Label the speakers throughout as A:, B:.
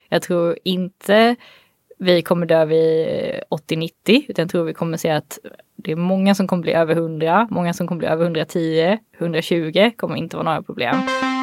A: Jag tror inte vi kommer dö vid 80-90, utan jag tror vi kommer se att det är många som kommer bli över 100, många som kommer bli över 110, 120 kommer inte vara några problem.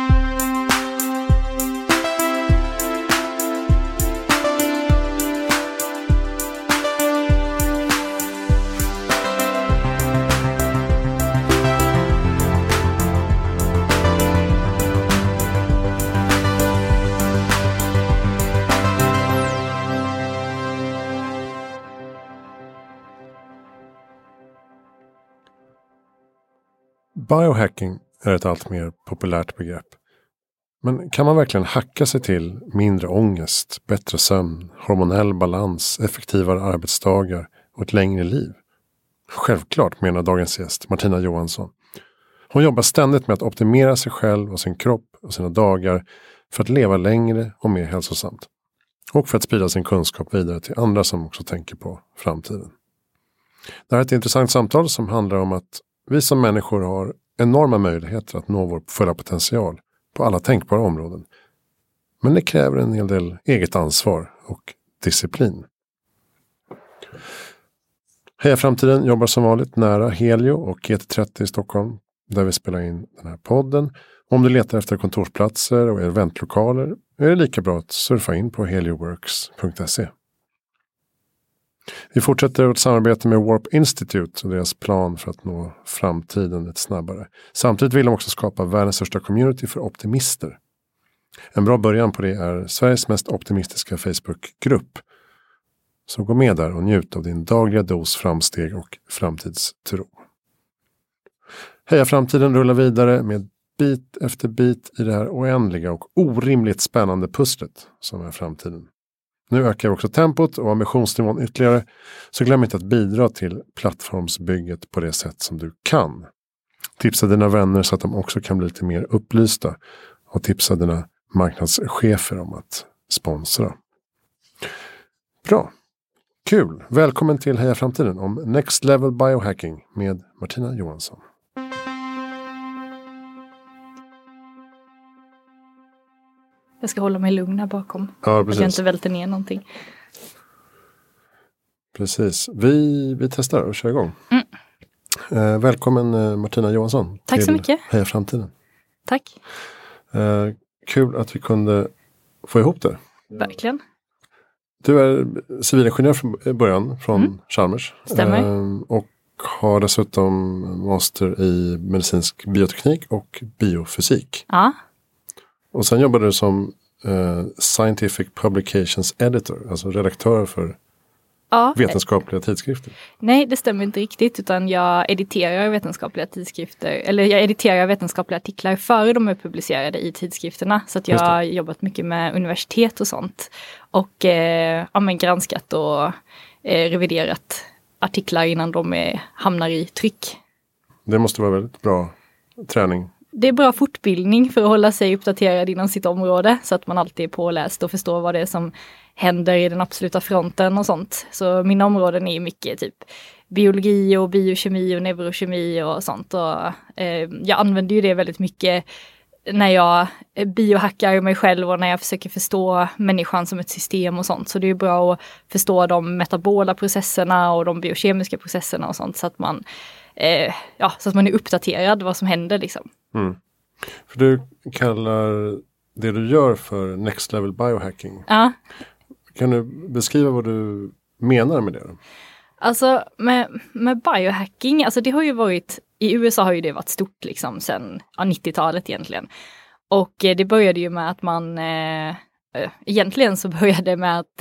B: Biohacking är ett allt mer populärt begrepp. Men kan man verkligen hacka sig till mindre ångest, bättre sömn, hormonell balans, effektivare arbetsdagar och ett längre liv? Självklart, menar dagens gäst Martina Johansson. Hon jobbar ständigt med att optimera sig själv och sin kropp och sina dagar för att leva längre och mer hälsosamt. Och för att sprida sin kunskap vidare till andra som också tänker på framtiden. Det här är ett intressant samtal som handlar om att vi som människor har enorma möjligheter att nå vår fulla potential på alla tänkbara områden. Men det kräver en hel del eget ansvar och disciplin. Heja Framtiden jobbar som vanligt nära Helio och GT30 i Stockholm, där vi spelar in den här podden. Om du letar efter kontorsplatser och eventlokaler är det lika bra att surfa in på helioworks.se. Vi fortsätter vårt samarbete med Warp Institute och deras plan för att nå framtiden lite snabbare. Samtidigt vill de också skapa världens största community för optimister. En bra början på det är Sveriges mest optimistiska Facebookgrupp. Så gå med där och njut av din dagliga dos framsteg och framtidstro. Heja Framtiden rullar vidare med bit efter bit i det här oändliga och orimligt spännande pusslet som är framtiden. Nu ökar också tempot och ambitionsnivån ytterligare, så glöm inte att bidra till plattformsbygget på det sätt som du kan. Tipsa dina vänner så att de också kan bli lite mer upplysta och tipsa dina marknadschefer om att sponsra. Bra, kul! Välkommen till Heja Framtiden om Next Level Biohacking med Martina Johansson.
A: Jag ska hålla mig lugn här bakom.
B: Ja, precis.
A: Att jag inte välter ner någonting.
B: Precis. Vi testar och kör igång. Välkommen Martina Johansson.
A: Tack så mycket.
B: Heja Framtiden.
A: Tack.
B: Kul att vi kunde få ihop det.
A: Verkligen.
B: Du är civilingenjör från början från Chalmers.
A: Stämmer.
B: Och har dessutom master i medicinsk bioteknik och biofysik.
A: Ja.
B: Och sen jobbade du som Scientific Publications Editor, alltså redaktör för vetenskapliga tidskrifter.
A: Nej, det stämmer inte riktigt, utan jag editerar vetenskapliga tidskrifter, eller jag editerar vetenskapliga artiklar före de är publicerade i tidskrifterna. Så att jag har jobbat mycket med universitet och sånt. Och granskat och reviderat artiklar innan de hamnar i tryck.
B: Det måste vara väldigt bra träning.
A: Det är bra fortbildning för att hålla sig uppdaterad inom sitt område, så att man alltid är påläst och förstår vad det är som händer i den absoluta fronten och sånt. Så mina områden är mycket typ biologi och biokemi och neurokemi och sånt. Och jag använder ju det väldigt mycket när jag biohackar mig själv och när jag försöker förstå människan som ett system och sånt. Så det är bra att förstå de metabola processerna och de biokemiska processerna och sånt, så att man så att man är uppdaterad vad som händer liksom.
B: Mm. För du kallar det du gör för Next Level Biohacking.
A: Ja.
B: Kan du beskriva vad du menar med det då?
A: Alltså med biohacking, alltså det har ju varit, i USA har ju det varit stort liksom sedan 90-talet egentligen. Och det började ju med att man, egentligen så började det med att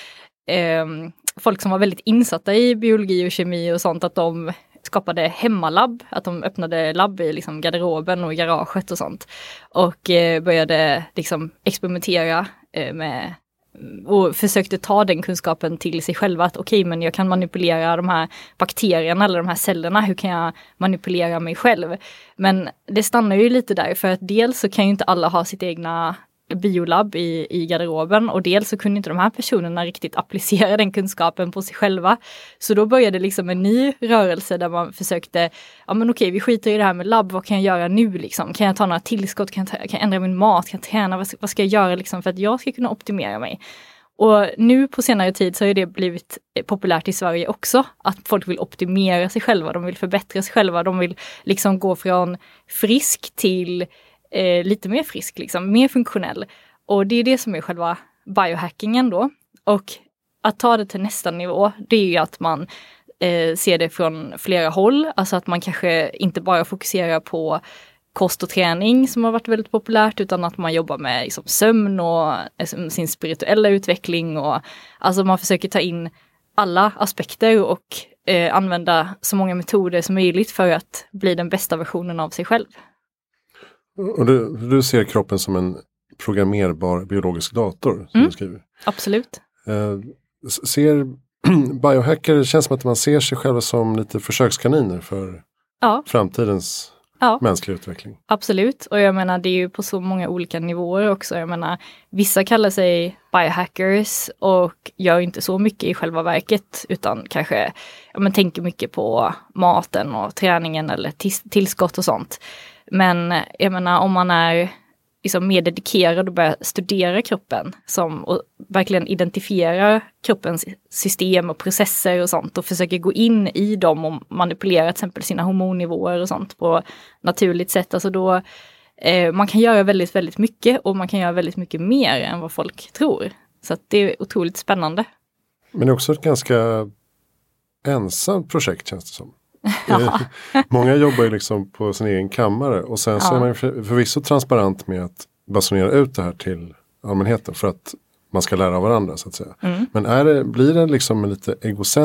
A: folk som var väldigt insatta i biologi och kemi och sånt, att de skapade hemmalabb, att de öppnade labb i liksom garderoben och i garaget och sånt. Och började liksom experimentera med och försökte ta den kunskapen till sig själva, att okej, men jag kan manipulera de här bakterierna eller de här cellerna, hur kan jag manipulera mig själv? Men det stannar ju lite där, för att dels så kan ju inte alla ha sitt egna biolab i garderoben och dels så kunde inte de här personerna riktigt applicera den kunskapen på sig själva. Så då började liksom en ny rörelse där man försökte, ja men okej, vi skiter i det här med labb, vad kan jag göra nu liksom? Kan jag ta några tillskott, kan jag ändra min mat, kan jag träna, vad ska jag göra liksom för att jag ska kunna optimera mig? Och nu på senare tid så har det blivit populärt i Sverige också, att folk vill optimera sig själva, de vill förbättra sig själva, de vill liksom gå från frisk till lite mer frisk, liksom, mer funktionell. Och det är det som är själva biohackingen då. Och att ta det till nästa nivå, det är ju att man ser det från flera håll, alltså att man kanske inte bara fokuserar på kost och träning som har varit väldigt populärt, utan att man jobbar med liksom sömn och sin spirituella utveckling och alltså man försöker ta in alla aspekter och använda så många metoder som möjligt för att bli den bästa versionen av sig själv.
B: Och du ser kroppen som en programmerbar biologisk dator som du skriver.
A: Absolut.
B: Ser biohacker, känns som att man ser sig själva som lite försökskaniner för framtidens mänsklig utveckling.
A: Absolut, och jag menar det är ju på så många olika nivåer också. Jag menar, vissa kallar sig biohackers och gör inte så mycket i själva verket utan kanske tänker mycket på maten och träningen eller tillskott och sånt. Men jag menar om man är liksom mer dedikerad och börjar studera kroppen och verkligen identifiera kroppens system och processer och sånt och försöker gå in i dem och manipulera till exempel sina hormonnivåer och sånt på naturligt sätt. Alltså då man kan göra väldigt, väldigt mycket och man kan göra väldigt mycket mer än vad folk tror. Så att det är otroligt spännande.
B: Men det är också ett ganska ensamt projekt känns det som. Många jobbar ju liksom på sin egen kammare och sen så är man förvisso transparent med att basunera ut det här till allmänheten för att man ska lära av varandra så att säga. Men blir det liksom en lite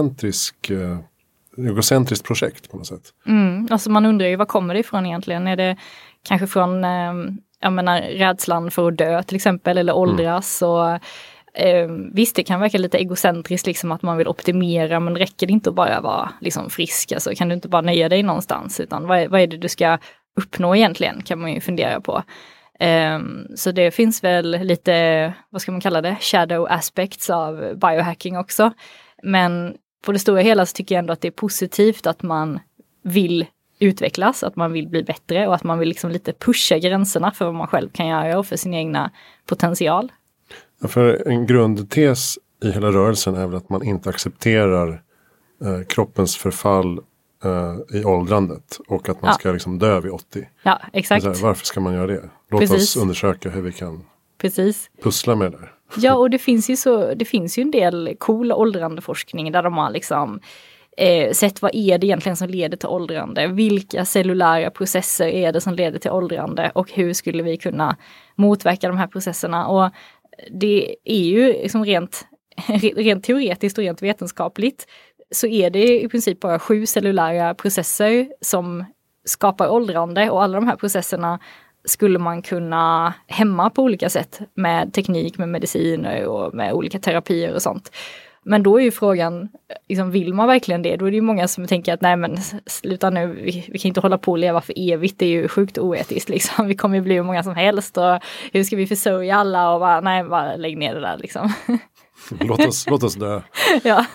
B: egocentriskt projekt på något sätt?
A: Alltså man undrar ju, var kommer det ifrån egentligen? Är det kanske från rädslan för att dö till exempel eller åldras och visst, det kan verka lite egocentriskt liksom att man vill optimera, men räcker det inte att bara vara liksom frisk? Alltså, kan du inte bara nöja dig någonstans, utan vad är det du ska uppnå egentligen, kan man ju fundera på. Så det finns väl lite, vad ska man kalla det, shadow aspects av biohacking också. Men på det stora hela så tycker jag ändå att det är positivt att man vill utvecklas, att man vill bli bättre och att man vill liksom lite pusha gränserna för vad man själv kan göra och för sin egna potential.
B: För en grundtes i hela rörelsen är väl att man inte accepterar kroppens förfall i åldrandet och att man ska liksom dö vid 80.
A: Ja, exakt.
B: Här, varför ska man göra det? Låt oss undersöka hur vi kan pussla med det där.
A: Ja, och det finns ju en del cool åldrandeforskning där de har liksom sett vad är det egentligen som leder till åldrande. Vilka cellulära processer är det som leder till åldrande och hur skulle vi kunna motverka de här processerna. Och det är ju liksom rent teoretiskt och rent vetenskapligt så är det i princip bara 7 cellulära processer som skapar åldrande och alla de här processerna skulle man kunna hämma på olika sätt med teknik, med mediciner och med olika terapier och sånt. Men då är ju frågan, liksom, vill man verkligen det? Då är det ju många som tänker att nej men sluta nu, vi kan inte hålla på och leva för evigt, det är ju sjukt oetiskt liksom. Vi kommer ju bli hur många som helst och hur ska vi försörja alla och bara lägg ner det där liksom.
B: Låt oss dö.
A: Ja.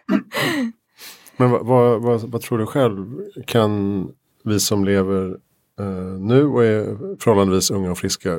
B: Men vad tror du själv, kan vi som lever nu och är förhållandevis unga och friska,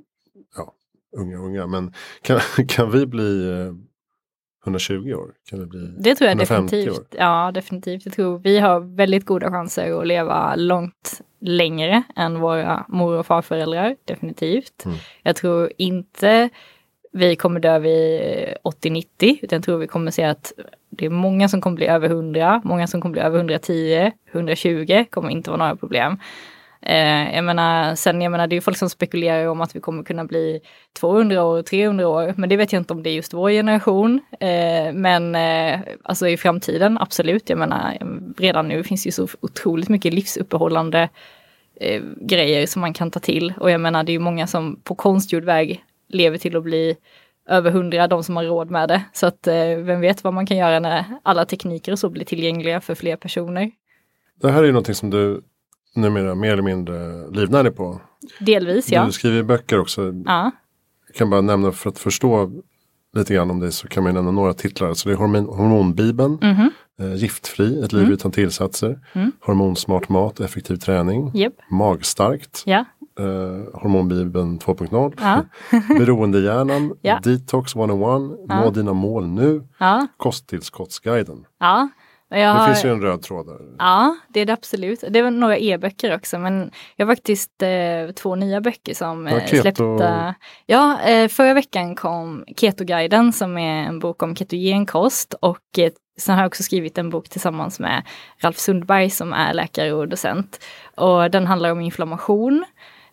B: unga, men kan vi bli 120 år? Kan det bli
A: det tror jag
B: 150
A: definitivt.
B: År?
A: Ja, definitivt. Jag tror vi har väldigt goda chanser att leva långt längre än våra mor- och farföräldrar. Definitivt. Jag tror inte vi kommer dö vid 80-90, utan jag tror vi kommer se att det är många som kommer bli över 100, många som kommer bli över 110, 120 kommer inte vara några problem. Jag menar det är ju folk som spekulerar om att vi kommer kunna bli 200 år, 300 år, men det vet jag inte om det är just vår generation. Men alltså i framtiden, absolut. Jag menar, redan nu finns ju så otroligt mycket livsuppehållande grejer som man kan ta till. Och jag menar, det är ju många som på konstgjord väg lever till att bli över 100, de som har råd med det. Så att vem vet vad man kan göra när alla tekniker och så blir tillgängliga för fler personer.
B: Det här är ju någonting som du numera mer eller mindre livnär dig på.
A: Delvis, ja.
B: Du skriver böcker också.
A: Ja.
B: Jag kan bara nämna för att förstå lite grann om det så kan man nämna några titlar. Så det är Hormonbibeln, Giftfri, ett liv utan tillsatser, Hormonsmart mat, effektiv träning, Magstarkt, Hormonbibeln 2.0, Beroendehjärnan, Detox 101, Nå dina mål nu, Kosttillskottsguiden.
A: Ja.
B: Det finns ju en röd tråd där.
A: Ja, det är det absolut. Det var några e-böcker också, men jag har faktiskt 2 nya böcker som släppte. Ja, förra veckan kom Ketoguiden som är en bok om ketogenkost, och sen har jag också skrivit en bok tillsammans med Ralf Sundberg som är läkare och docent, och den handlar om inflammation.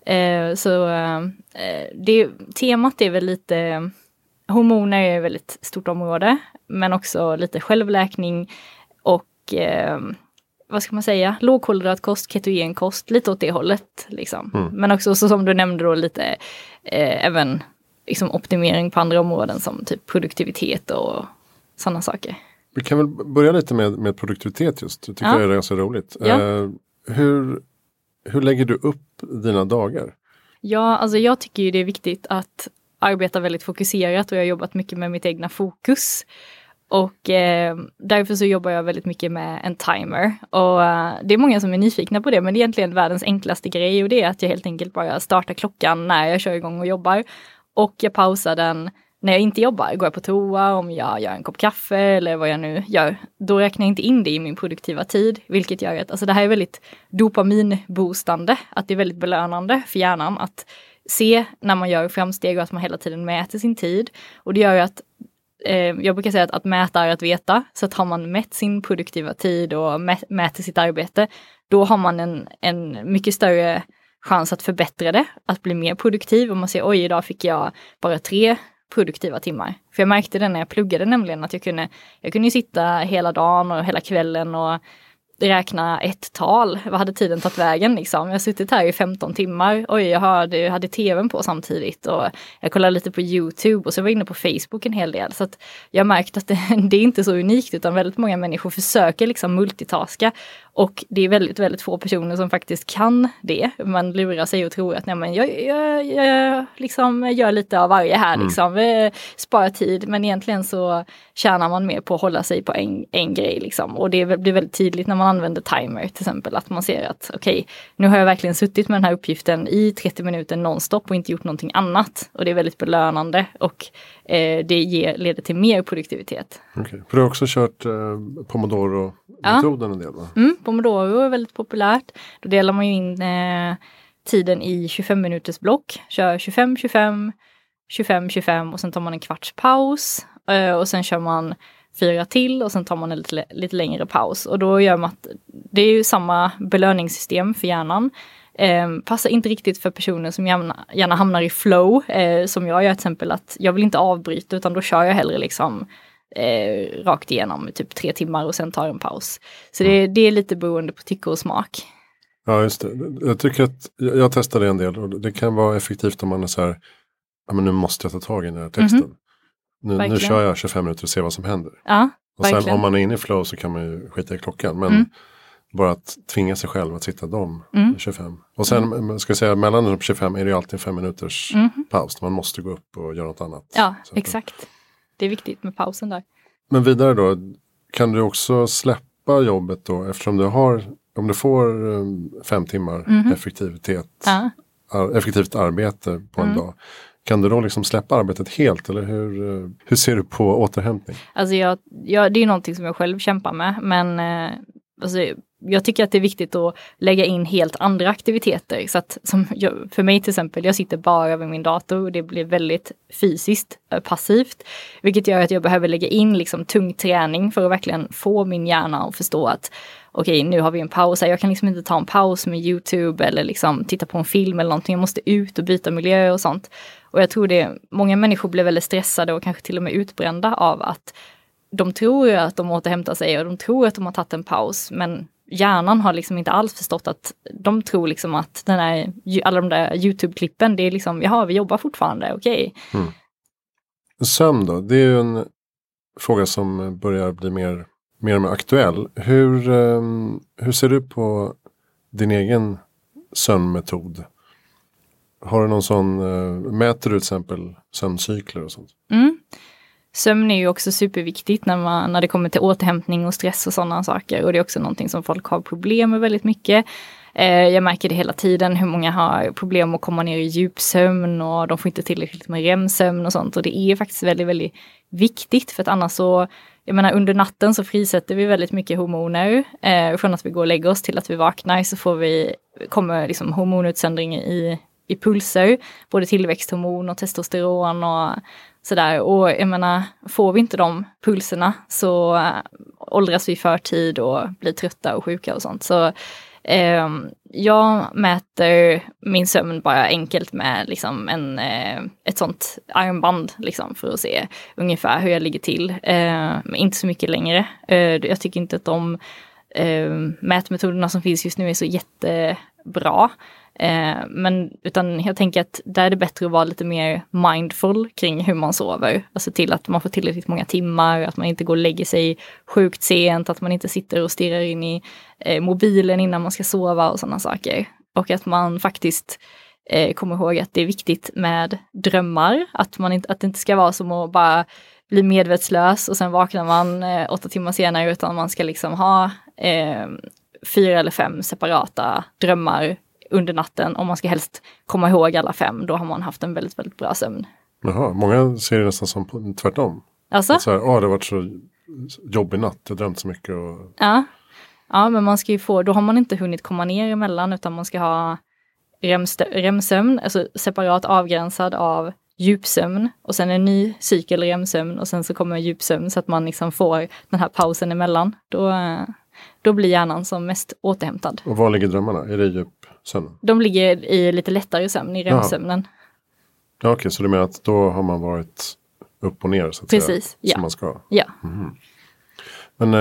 A: Temat är väl lite, hormoner är ett väldigt stort område, men också lite självläkning och vad ska man säga, lågkolhydratkost, ketogenkost, lite åt det hållet liksom. Men också så som du nämnde då lite även liksom optimering på andra områden som typ produktivitet och sådana saker.
B: Vi kan väl börja lite med produktivitet just. Jag tycker det är ganska roligt. Hur lägger du upp dina dagar?
A: Ja, alltså jag tycker ju det är viktigt att arbeta väldigt fokuserat, och jag har jobbat mycket med mitt egna fokus. Och därför så jobbar jag väldigt mycket med en timer. Och det är många som är nyfikna på det, men det är egentligen världens enklaste grej, och det är att jag helt enkelt bara startar klockan när jag kör igång och jobbar. Och jag pausar den när jag inte jobbar. Går jag på toa, om jag gör en kopp kaffe eller vad jag nu gör, då räknar jag inte in det i min produktiva tid. Vilket gör att det här är väldigt dopaminboostande, att det är väldigt belönande för hjärnan att se när man gör framsteg och att man hela tiden mäter sin tid. Och det gör ju att jag brukar säga att mäta är att veta. Så att har man mätt sin produktiva tid och mäter sitt arbete, då har man en mycket större chans att förbättra det, att bli mer produktiv. Och man ser, oj, idag fick jag bara 3 produktiva timmar. För jag märkte det när jag pluggade nämligen, att jag kunde sitta hela dagen och hela kvällen och räkna ett tal. Vad hade tiden tagit vägen liksom? Jag har suttit här i 15 timmar. Oj, jag hade tvn på samtidigt, och jag kollade lite på YouTube, och så var jag inne på Facebook en hel del. Så att jag märkte att det är inte så unikt, utan väldigt många människor försöker liksom multitaska, och det är väldigt, väldigt få personer som faktiskt kan det. Man lurar sig och tror att nej, men jag liksom gör lite av varje här liksom, spara tid, men egentligen så tjänar man mer på att hålla sig på en grej liksom. Och det blir väldigt tydligt när man använder timer till exempel, att man ser att okej, nu har jag verkligen suttit med den här uppgiften i 30 minuter nonstop och inte gjort någonting annat, och det är väldigt belönande, och det leder till mer produktivitet.
B: Okay. För du har också kört Pomodoro-metoden en del, va?
A: Pomodoro är väldigt populärt. Då delar man ju in tiden i 25 minuters block. Kör 25, 25, 25, 25 och sen tar man en kvarts paus. Och sen kör man 4 till och sen tar man en lite längre paus. Och då gör man att det är ju samma belöningssystem för hjärnan. Passar inte riktigt för personer som gärna hamnar i flow. Som jag gör till exempel, att jag vill inte avbryta, utan då kör jag hellre liksom rakt igenom typ 3 timmar och sen tar en paus. Så det är lite beroende på tycke och smak.
B: Ja, just det. Jag tycker att jag testade en del, och det kan vara effektivt om man är så här, ja, men nu måste jag ta tag i den här texten. Nu kör jag 25 minuter och ser vad som händer.
A: Ja,
B: och sen om man är inne i flow så kan man ju skita i klockan, men bara att tvinga sig själv att sitta 25. Och sen ska jag säga, mellan de 25 är det ju alltid en 5 minuters paus. Man måste gå upp och göra något annat.
A: Ja, exakt. Det är viktigt med pausen där.
B: Men vidare då, kan du också släppa jobbet då, eftersom om du får 5 timmar effektivt arbete på en dag. Kan du då liksom släppa arbetet helt, eller hur ser du på återhämtning? Alltså
A: det är någonting som jag själv kämpar med, men jag tycker att det är viktigt att lägga in helt andra aktiviteter. Så att, för mig till exempel, jag sitter bara vid min dator och det blir väldigt fysiskt passivt. Vilket gör att jag behöver lägga in liksom tung träning för att verkligen få min hjärna att förstå att okej, nu har vi en paus. Jag kan liksom inte ta en paus med YouTube eller liksom titta på en film eller någonting. Jag måste ut och byta miljö och sånt. Och jag tror många människor blir väldigt stressade och kanske till och med utbrända av att de tror att de återhämtar sig och de tror att de har tagit en paus, men hjärnan har liksom inte alls förstått att de tror liksom att alla de där YouTube-klippen, det är liksom, jaha, vi jobbar fortfarande, okej.
B: Sömn då, det är ju en fråga som börjar bli mer och mer aktuell. Hur ser du på din egen sömnmetod? Har du någon sån, mäter du till exempel sömncykler och sånt?
A: Sömn är ju också superviktigt när det kommer till återhämtning och stress och sådana saker. Och det är också någonting som folk har problem med väldigt mycket. Jag märker det hela tiden hur många har problem att komma ner i djupsömn och de får inte tillräckligt med REM-sömn och sånt. Och det är faktiskt väldigt, väldigt viktigt för att annars så, jag menar under natten så frisätter vi väldigt mycket hormoner. Från att vi går och lägger oss till att vi vaknar så kommer liksom hormonutsöndring i pulser. Både tillväxthormon och testosteron och sådär. Och jag menar, får vi inte de pulserna så åldras vi för tid och blir trötta och sjuka och sånt. Så jag mäter min sömn bara enkelt med liksom ett sånt armband liksom, för att se ungefär hur jag ligger till. Men inte så mycket längre. Jag tycker inte att de mätmetoderna som finns just nu är så jättebra. Utan jag tänker att där är det bättre att vara lite mer mindful kring hur man sover. Alltså till att man får tillräckligt många timmar, att man inte går och lägger sig sjukt sent, att man inte sitter och stirrar in i mobilen innan man ska sova och sådana saker. Och att man faktiskt kommer ihåg att det är viktigt med drömmar. Att det inte ska vara som att bara bli medvetslös och sen vaknar man 8 timmar senare, utan man ska liksom ha 4 eller 5 separata drömmar under natten, om man ska helst komma ihåg alla 5, då har man haft en väldigt, väldigt bra sömn.
B: Jaha, många ser det nästan som tvärtom.
A: Alltså?
B: Så här, det har varit så jobbig natt, jag har drömt så mycket.
A: Ja, men man ska ju då har man inte hunnit komma ner emellan, utan man ska ha REM-sömn, alltså separat avgränsad av djupsömn och sen en ny cykel REM-sömn och sen så kommer djupsömn så att man liksom får den här pausen emellan. Då blir hjärnan som mest återhämtad. Och
B: var ligger drömmarna? Är det djupsömn?
A: De ligger i lite lättare sömn, i REM-sömnen.
B: Ja, okej, så du menar att då har man varit upp och ner så att
A: precis,
B: säga,
A: ja.
B: Som man ska?
A: Ja.
B: Mm. Men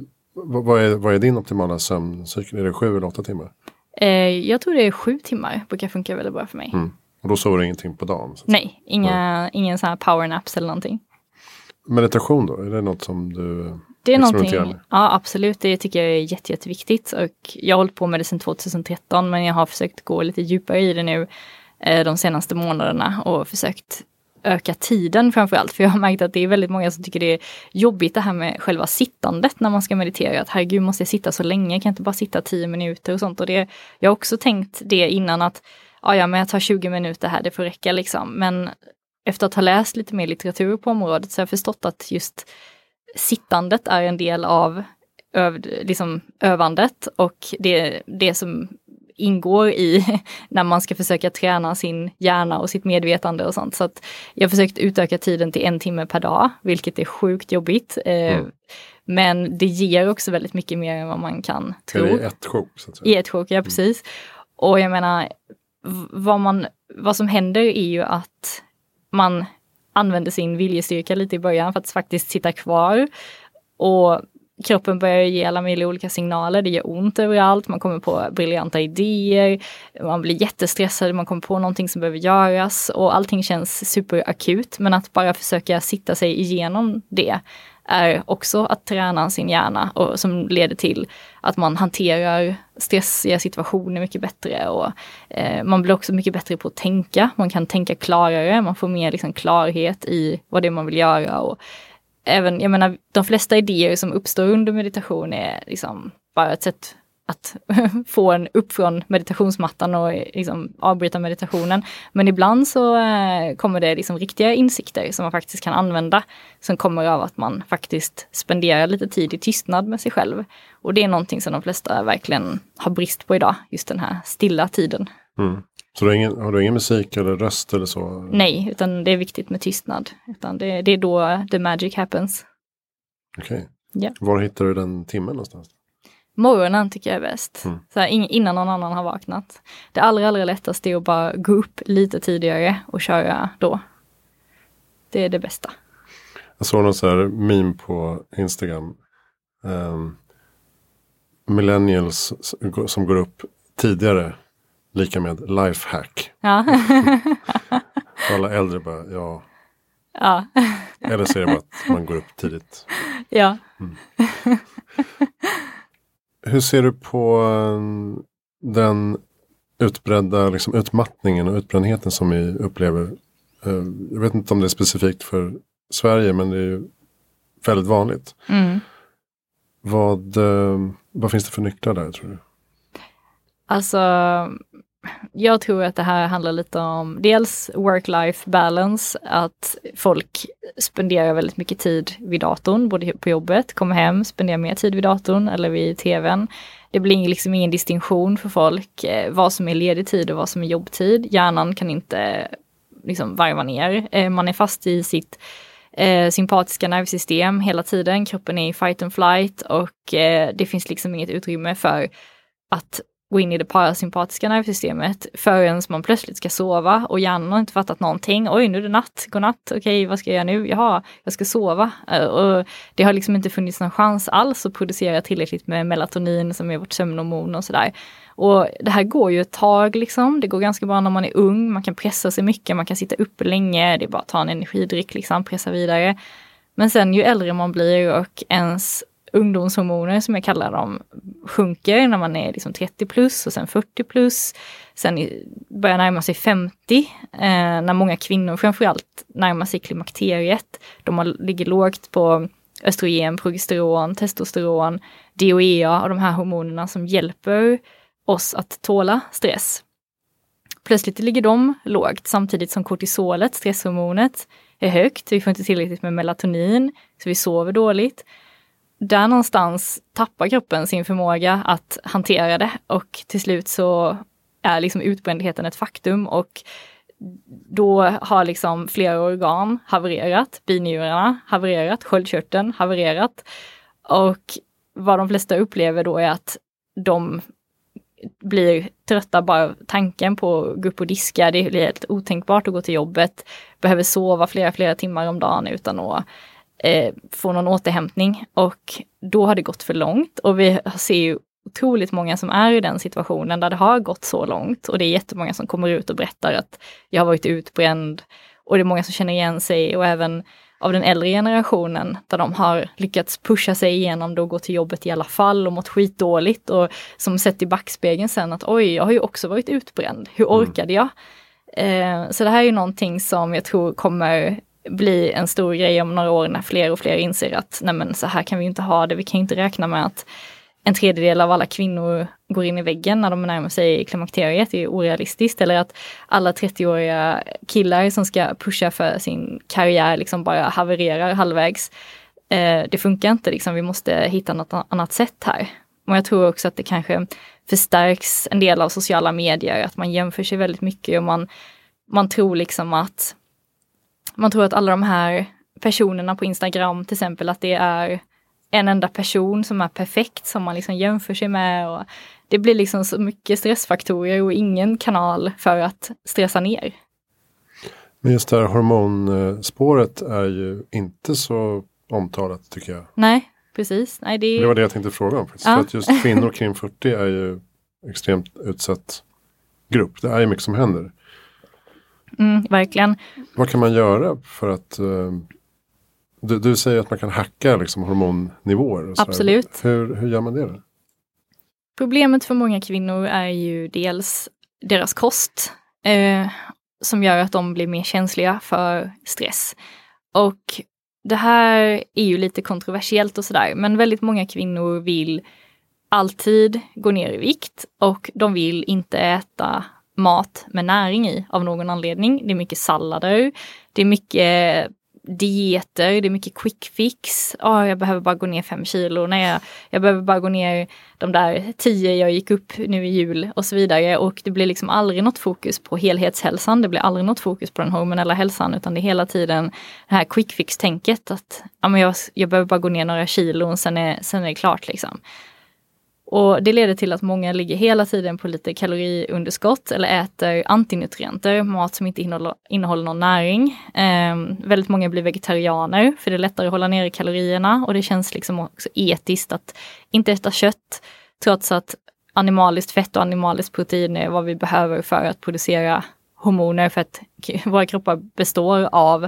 B: vad är din optimala sömncykel? Är det 7 eller 8 timmar?
A: Jag tror det är 7 timmar. Brukar funka väldigt bra för mig.
B: Och då sover du ingenting på dagen? Så
A: nej, ingen sån här powernaps eller någonting.
B: Meditation då? Är det något som du
A: det är någonting, ja absolut, det tycker jag är jätteviktigt. Och jag har hållit på med det sedan 2013, men jag har försökt gå lite djupare i det nu de senaste månaderna och försökt öka tiden framförallt. För jag har märkt att det är väldigt många som tycker det är jobbigt det här med själva sittandet när man ska meditera. Att herregud, måste jag sitta så länge? Jag kan inte bara sitta 10 minuter och sånt. Och jag har också tänkt det innan att men jag tar 20 minuter här, det får räcka liksom. Men efter att ha läst lite mer litteratur på området så har jag förstått att just sittandet är en del av övandet och det som ingår i när man ska försöka träna sin hjärna och sitt medvetande och sånt. Så att jag har försökt utöka tiden till 1 timme per dag, vilket är sjukt jobbigt. Men det ger också väldigt mycket mer än vad man kan tro.
B: I ett sjok, så att säga.
A: I ett sjok, ja precis. Och jag menar, vad som händer är ju att man använder sin viljestyrka lite i början för att faktiskt sitta kvar. Och kroppen börjar ge alla möjliga olika signaler. Det gör ont överallt. Man kommer på briljanta idéer. Man blir jättestressad. Man kommer på någonting som behöver göras. Och allting känns superakut. Men att bara försöka sitta sig igenom det är också att träna sin hjärna. Och som leder till att man hanterar stressiga situationer mycket bättre. Och man blir också mycket bättre på att tänka. Man kan tänka klarare. Man får mer liksom klarhet i vad det är man vill göra. Och även, jag menar, de flesta idéer som uppstår under meditation är liksom bara ett sätt att få en upp från meditationsmattan och liksom avbryta meditationen. Men ibland så kommer det liksom riktiga insikter som man faktiskt kan använda, som kommer av att man faktiskt spenderar lite tid i tystnad med sig själv. Och det är någonting som de flesta verkligen har brist på idag, just den här stilla tiden.
B: Så har du ingen musik eller röst eller så?
A: Nej, utan det är viktigt med tystnad. Utan det är då the magic happens.
B: Okej.
A: Yeah.
B: Var hittar du den timmen någonstans?
A: Morgonen tycker jag är bäst. Så här, innan någon annan har vaknat. Det allra lättaste är att bara gå upp lite tidigare och köra då. Det är det bästa.
B: Jag såg någon så här meme på Instagram. Millennials som går upp tidigare. Lika med lifehack.
A: Ja.
B: Alla äldre bara, ja.
A: Ja.
B: Eller så är det bara att man går upp tidigt.
A: Ja.
B: Hur ser du på den utbredda liksom, utmattningen och utbrändheten som vi upplever. Jag vet inte om det är specifikt för Sverige, men det är ju väldigt vanligt. Vad finns det för nycklar där, tror du?
A: Alltså, jag tror att det här handlar lite om dels work-life balance, att folk spenderar väldigt mycket tid vid datorn, både på jobbet, kommer hem, spenderar mer tid vid datorn eller vid tvn. Det blir liksom ingen distinktion för folk, vad som är ledig tid och vad som är jobbtid. Hjärnan kan inte liksom varva ner. Man är fast i sitt sympatiska nervsystem hela tiden. Kroppen är i fight and flight och det finns liksom inget utrymme för att gå in i det parasympatiska nervsystemet förrän man plötsligt ska sova och hjärnan har inte fattat någonting. Oj, nu är det natt, godnatt, okej, vad ska jag göra nu? Jaha, jag ska sova. Och det har liksom inte funnits någon chans alls att producera tillräckligt med melatonin som är vårt sömnhormon och sådär. Och det här går ju ett tag liksom. Det går ganska bra när man är ung, man kan pressa sig mycket, man kan sitta uppe länge, det är bara att ta en energidryck liksom, pressa vidare. Men sen ju äldre man blir och ens ungdomshormoner som jag kallar dem sjunker när man är liksom 30 plus och sen 40 plus. Sen börjar närma sig 50 när många kvinnor framförallt närmar sig klimakteriet. De ligger lågt på östrogen, progesteron, testosteron, DHEA och de här hormonerna som hjälper oss att tåla stress. Plötsligt ligger de lågt samtidigt som kortisolet, stresshormonet, är högt. Vi får inte tillräckligt med melatonin så vi sover dåligt. Där någonstans tappar kroppen sin förmåga att hantera det och till slut så är liksom utbrändheten ett faktum och då har liksom flera organ havererat, binjurarna havererat, sköldkörteln havererat och vad de flesta upplever då är att de blir trötta bara tanken på att gå upp och diska, det är helt otänkbart att gå till jobbet, behöver sova flera timmar om dagen utan att få någon återhämtning och då har det gått för långt och vi ser ju otroligt många som är i den situationen där det har gått så långt och det är jättemånga som kommer ut och berättar att jag har varit utbränd och det är många som känner igen sig och även av den äldre generationen där de har lyckats pusha sig igenom det och gå till jobbet i alla fall och mått skitdåligt och som sett i backspegeln sen att oj, jag har ju också varit utbränd, hur orkade jag? Så det här är ju någonting som jag tror kommer bli en stor grej om några år när fler och fler inser att nej men så här kan vi inte ha det. Vi kan inte räkna med att en tredjedel av alla kvinnor går in i väggen när de närmar sig klimakteriet. Det är orealistiskt. Eller att alla 30-åriga killar som ska pusha för sin karriär liksom bara havererar halvvägs. Det funkar inte liksom. Vi måste hitta något annat sätt här. Och jag tror också att det kanske förstärks en del av sociala medier. Att man jämför sig väldigt mycket och man tror liksom att man tror att alla de här personerna på Instagram till exempel att det är en enda person som är perfekt som man liksom jämför sig med och det blir liksom så mycket stressfaktorer och ingen kanal för att stressa ner.
B: Men just det här hormonspåret är ju inte så omtalat tycker jag.
A: Nej, precis. Nej,
B: det var det jag tänkte fråga om. Ja. För att just kvinnor kring 40 är ju extremt utsatt grupp. Det är ju mycket som händer.
A: Verkligen.
B: Vad kan man göra för att du säger att man kan hacka liksom hormonnivåer. Och
A: absolut.
B: Hur gör man det då?
A: Problemet för många kvinnor är ju dels deras kost som gör att de blir mer känsliga för stress. Och det här är ju lite kontroversiellt och sådär, men väldigt många kvinnor vill alltid gå ner i vikt och de vill inte äta mat med näring i av någon anledning. Det är mycket sallader, det är mycket dieter, det är mycket quick fix. Jag behöver bara gå ner 5 kilo. Nej, jag behöver bara gå ner de där 10 jag gick upp nu i jul och så vidare. Och det blir liksom aldrig något fokus på helhetshälsan. Det blir aldrig något fokus på den hormonella hälsan utan det är hela tiden det här quick fix-tänket att jag behöver bara gå ner några kilo och sen är det klart liksom. Och det leder till att många ligger hela tiden på lite kaloriunderskott eller äter antinutrienter, mat som inte innehåller någon näring. Väldigt många blir vegetarianer för det är lättare att hålla nere kalorierna och det känns liksom också etiskt att inte äta kött trots att animaliskt fett och animaliskt protein är vad vi behöver för att producera hormoner för att våra kroppar består av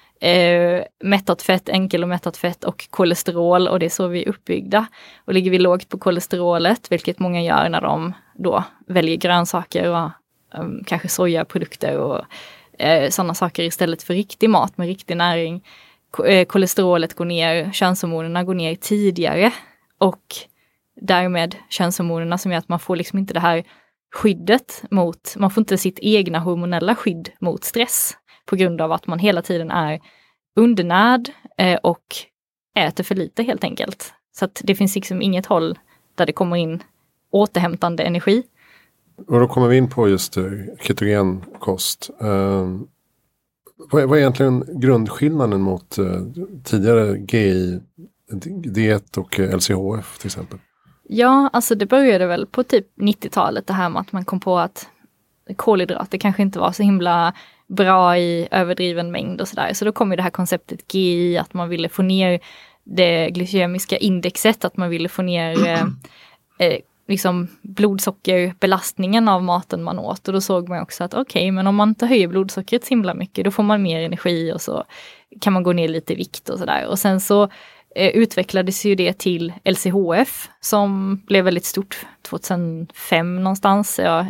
A: mättat fett, enkel och mättat fett och kolesterol och det är så vi är uppbyggda. Och ligger vi lågt på kolesterolet, vilket många gör när de då väljer grönsaker och kanske sojaprodukter och sådana saker istället för riktig mat med riktig näring. Kolesterolet går ner, könshormonerna går ner tidigare och därmed könshormonerna som gör att man får liksom inte det här skyddet mot, man får inte sitt egna hormonella skydd mot stress på grund av att man hela tiden är undernärd och äter för lite helt enkelt. Så att det finns liksom inget håll där det kommer in återhämtande energi.
B: Och då kommer vi in på just ketogenkost. Vad är egentligen grundskillnaden mot tidigare GI-diet och LCHF till exempel?
A: Ja, alltså det började väl på typ 90-talet det här med att man kom på att kolhydrater kanske inte var så himla bra i överdriven mängd och sådär. Så då kom ju det här konceptet GI, att man ville få ner det glykemiska indexet, att man ville få ner liksom blodsockerbelastningen av maten man åt. Och då såg man också att okej, men om man inte höjer blodsockret så himla mycket, då får man mer energi och så kan man gå ner lite i vikt och sådär. Och sen så utvecklades ju det till LCHF som blev väldigt stort 2005 någonstans. Ja,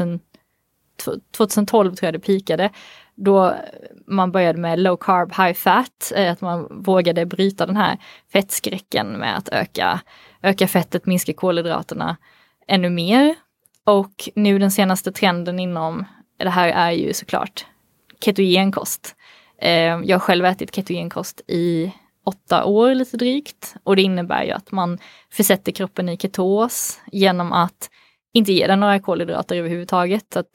A: 2012 tror jag det pikade. Då man började med low carb, high fat. Att man vågade bryta den här fettskräcken med att öka fettet, minska kolhydraterna ännu mer. Och nu den senaste trenden inom det här är ju såklart ketogenkost. Jag har själv ätit ketogenkost i 8 år lite drygt. Och det innebär ju att man försätter kroppen i ketos genom att inte ge den några kolhydrater överhuvudtaget. Så att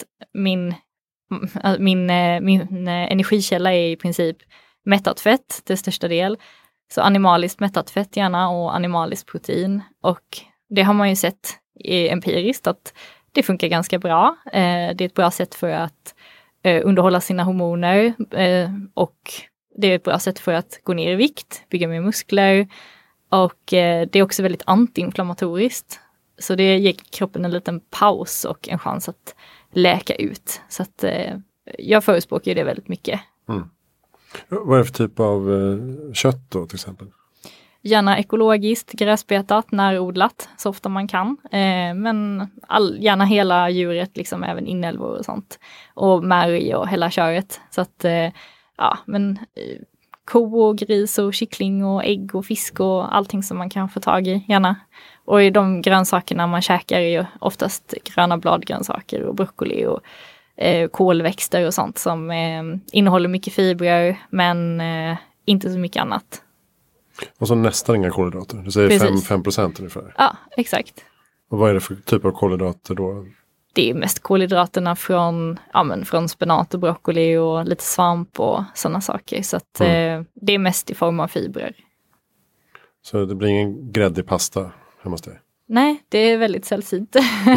A: min energikälla är i princip mättat fett till största del. Så animaliskt mättat fett gärna och animaliskt protein. Och det har man ju sett empiriskt att det funkar ganska bra. Det är ett bra sätt för att underhålla sina hormoner och det är ett bra sätt för att gå ner i vikt, bygga mer muskler och det är också väldigt antiinflammatoriskt. Så det ger kroppen en liten paus och en chans att läka ut. Så att jag förespråkar det väldigt mycket.
B: Mm. Vad är det för typ av kött då till exempel?
A: Gärna ekologiskt, gräsbetat, närodlat så ofta man kan. Men gärna hela djuret, liksom även inälvor och sånt. Och märg och hela köret. Så att ja, men ko och gris och kyckling och ägg och fisk och allting som man kan få tag i gärna. Och i de grönsakerna man käkar är ju oftast gröna bladgrönsaker och broccoli och kolväxter och sånt som innehåller mycket fibrer men inte så mycket annat.
B: Och så nästan inga kolhydrater. Du säger 5% ungefär.
A: Ja, exakt.
B: Och vad är det för typ av kolhydrater då?
A: Det är mest kolhydraterna från spenat och broccoli och lite svamp och sådana saker. Så att det är mest i form av fibrer. Så
B: det blir ingen gräddig pasta hemma hos dig?
A: Nej, det är väldigt sällsynt.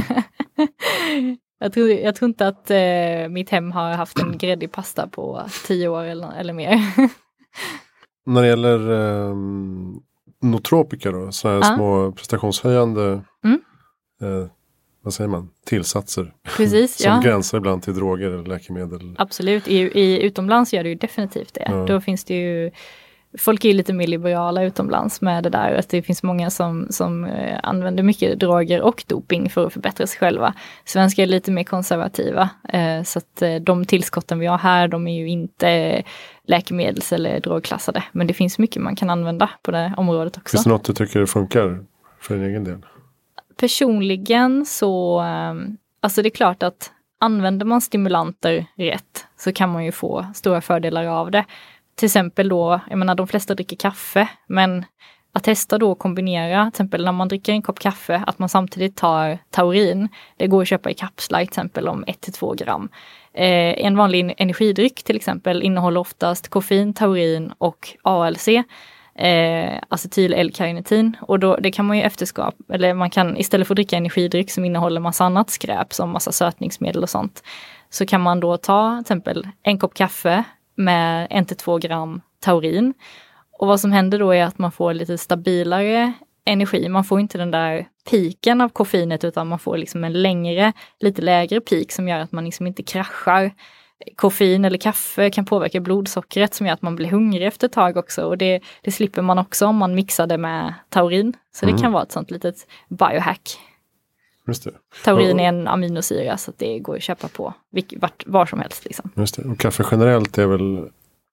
A: Jag tror inte att mitt hem har haft en gräddig pasta på 10 år eller mer.
B: När det gäller nootropika då, sådana här små prestationshöjande vad säger man? Tillsatser.
A: Precis,
B: som gränsar ibland till droger eller läkemedel.
A: Absolut, i utomlands gör det ju definitivt det. Ja. Då finns det ju, folk är ju lite mer liberala utomlands med det där. Att det finns många som använder mycket droger och doping för att förbättra sig själva. Svenskar är lite mer konservativa. Så att de tillskotten vi har här, de är ju inte läkemedels- eller drogklassade. Men det finns mycket man kan använda på det området också.
B: Finns det något du tycker funkar för din egen del?
A: Personligen så, alltså det är klart att använder man stimulanter rätt så kan man ju få stora fördelar av det. Till exempel då, jag menar de flesta dricker kaffe, men att testa då att kombinera, till exempel när man dricker en kopp kaffe, att man samtidigt tar taurin. Det går att köpa i kapslar till exempel om 1-2 gram. En vanlig energidryck till exempel innehåller oftast koffein, taurin och ALC. Acetyl L-karnitin och då, det kan man ju efterskapa, eller man kan istället för att dricka energidryck som innehåller massa annat skräp som massa sötningsmedel och sånt, så kan man då ta till exempel en kopp kaffe med 1-2 gram taurin och vad som händer då är att man får lite stabilare energi, man får inte den där piken av koffeinet utan man får liksom en längre, lite lägre pik som gör att man liksom inte kraschar. Koffein eller kaffe kan påverka blodsockret som gör att man blir hungrig efter ett tag också. Och det slipper man också om man mixar det med taurin. Så det kan vara ett sånt litet biohack.
B: Just det. Och
A: Taurin är en aminosyra så att det går att köpa på var som helst. Liksom.
B: Just det. Och kaffe generellt är väl